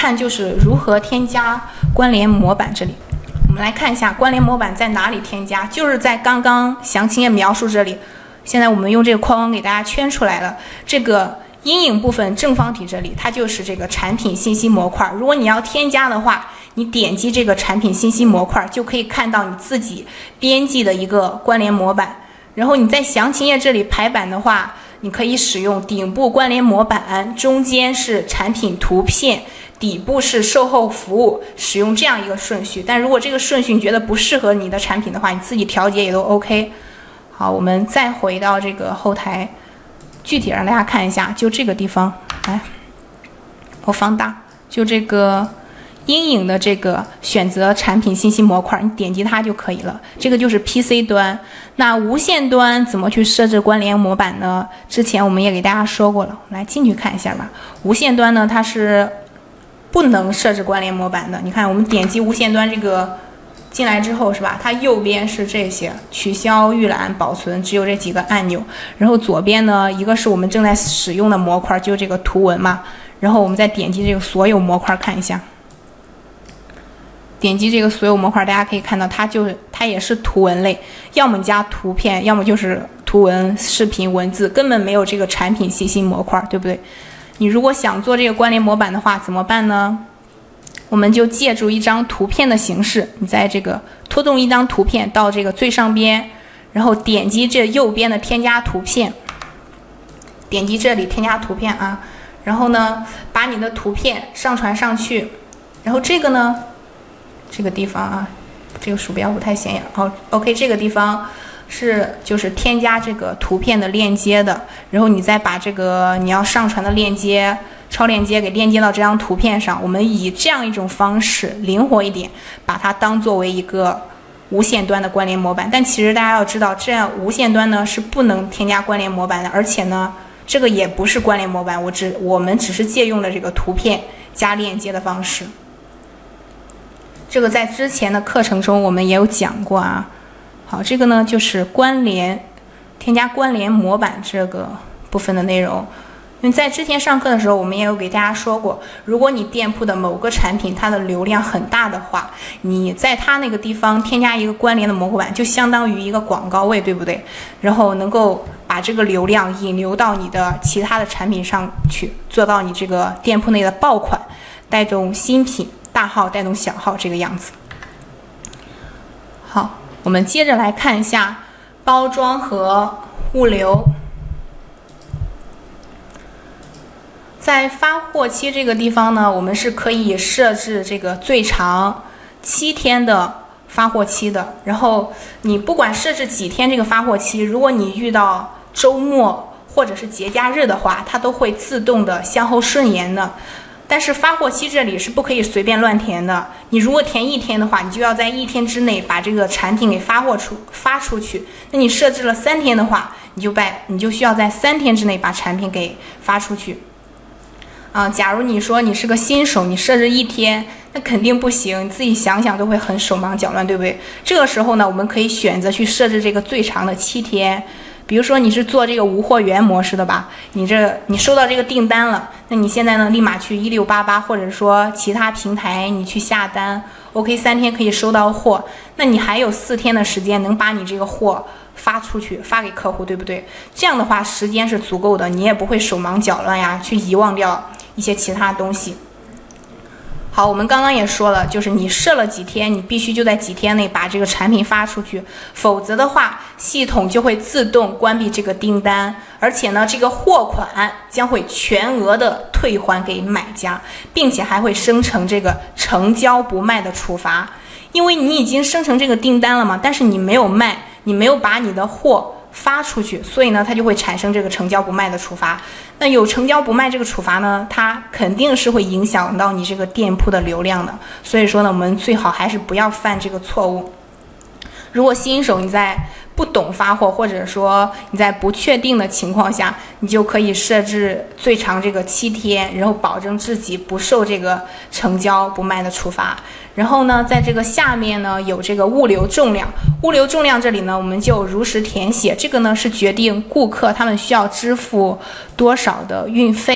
看就是如何添加关联模板。这里我们来看一下关联模板在哪里添加，就是在刚刚详情页描述这里。现在我们用这个框框给大家圈出来了，这个阴影部分正方体这里，它就是这个产品信息模块。如果你要添加的话，你点击这个产品信息模块，就可以看到你自己编辑的一个关联模板。然后你在详情页这里排版的话，你可以使用顶部关联模板，中间是产品图片，底部是售后服务，使用这样一个顺序。但如果这个顺序你觉得不适合你的产品的话，你自己调节也都 OK。好，我们再回到这个后台，具体让大家看一下，就这个地方，来，我放大，就这个阴影的这个选择产品信息模块，你点击它就可以了。这个就是 PC 端。那无线端怎么去设置关联模板呢？之前我们也给大家说过了，来进去看一下吧。无线端呢，它是不能设置关联模板的。你看，我们点击无线端这个进来之后是吧？它右边是这些取消、预览、保存，只有这几个按钮。然后左边呢，一个是我们正在使用的模块，就这个图文嘛。然后我们再点击这个所有模块看一下。点击这个所有模块，大家可以看到它也是图文类，要么加图片，要么就是图文、视频、文字，根本没有这个产品信息模块，对不对？你如果想做这个关联模板的话，怎么办呢？我们就借助一张图片的形式，你在这个拖动一张图片到这个最上边，然后点击这右边的添加图片，点击这里添加图片啊，然后呢，把你的图片上传上去，然后这个呢，这个地方啊，这个鼠标不太显眼。好 ，OK， 这个地方就是添加这个图片的链接的，然后你再把这个你要上传的链接、超链接给链接到这张图片上。我们以这样一种方式灵活一点，把它当作为一个无线端的关联模板。但其实大家要知道，这样无线端呢是不能添加关联模板的，而且呢，这个也不是关联模板，我们只是借用了这个图片加链接的方式。这个在之前的课程中我们也有讲过啊。好，这个呢就是添加关联模板这个部分的内容。因为在之前上课的时候，我们也有给大家说过，如果你店铺的某个产品它的流量很大的话，你在它那个地方添加一个关联的模板，就相当于一个广告位，对不对？然后能够把这个流量引流到你的其他的产品上去，做到你这个店铺内的爆款，带动新品大号带动小号这个样子。好，我们接着来看一下包装和物流。在发货期这个地方呢，我们是可以设置这个最长7天的发货期的。然后你不管设置几天这个发货期，如果你遇到周末或者是节假日的话，它都会自动的向后顺延的。但是发货期这里是不可以随便乱填的。你如果填1天的话，你就要在1天之内把这个产品给发出去。那你设置了3天的话，你就需要在3天之内把产品给发出去。假如你说你是个新手，你设置1天，那肯定不行，你自己想想都会很手忙脚乱，对不对？这个时候呢，我们可以选择去设置这个最长的7天。比如说你是做这个无货源模式的吧，你收到这个订单了，那你现在呢立马去1688或者说其他平台你去下单 ，OK， 3天可以收到货，那你还有4天的时间能把你这个货发出去，发给客户，对不对？这样的话时间是足够的，你也不会手忙脚乱呀，去遗忘掉一些其他东西。好，我们刚刚也说了，就是你设了几天，你必须就在几天内把这个产品发出去，否则的话，系统就会自动关闭这个订单，而且呢，这个货款将会全额的退还给买家，并且还会生成这个成交不卖的处罚，因为你已经生成这个订单了嘛，但是你没有卖，你没有把你的货发出去，所以呢，它就会产生这个成交不卖的处罚。那有成交不卖这个处罚呢，它肯定是会影响到你这个店铺的流量的。所以说呢，我们最好还是不要犯这个错误。如果新手你在不懂发货，或者说你在不确定的情况下，你就可以设置最长这个7天，然后保证自己不受这个成交不卖的处罚。然后呢，在这个下面呢有这个物流重量，物流重量这里呢我们就如实填写，这个呢是决定顾客他们需要支付多少的运费。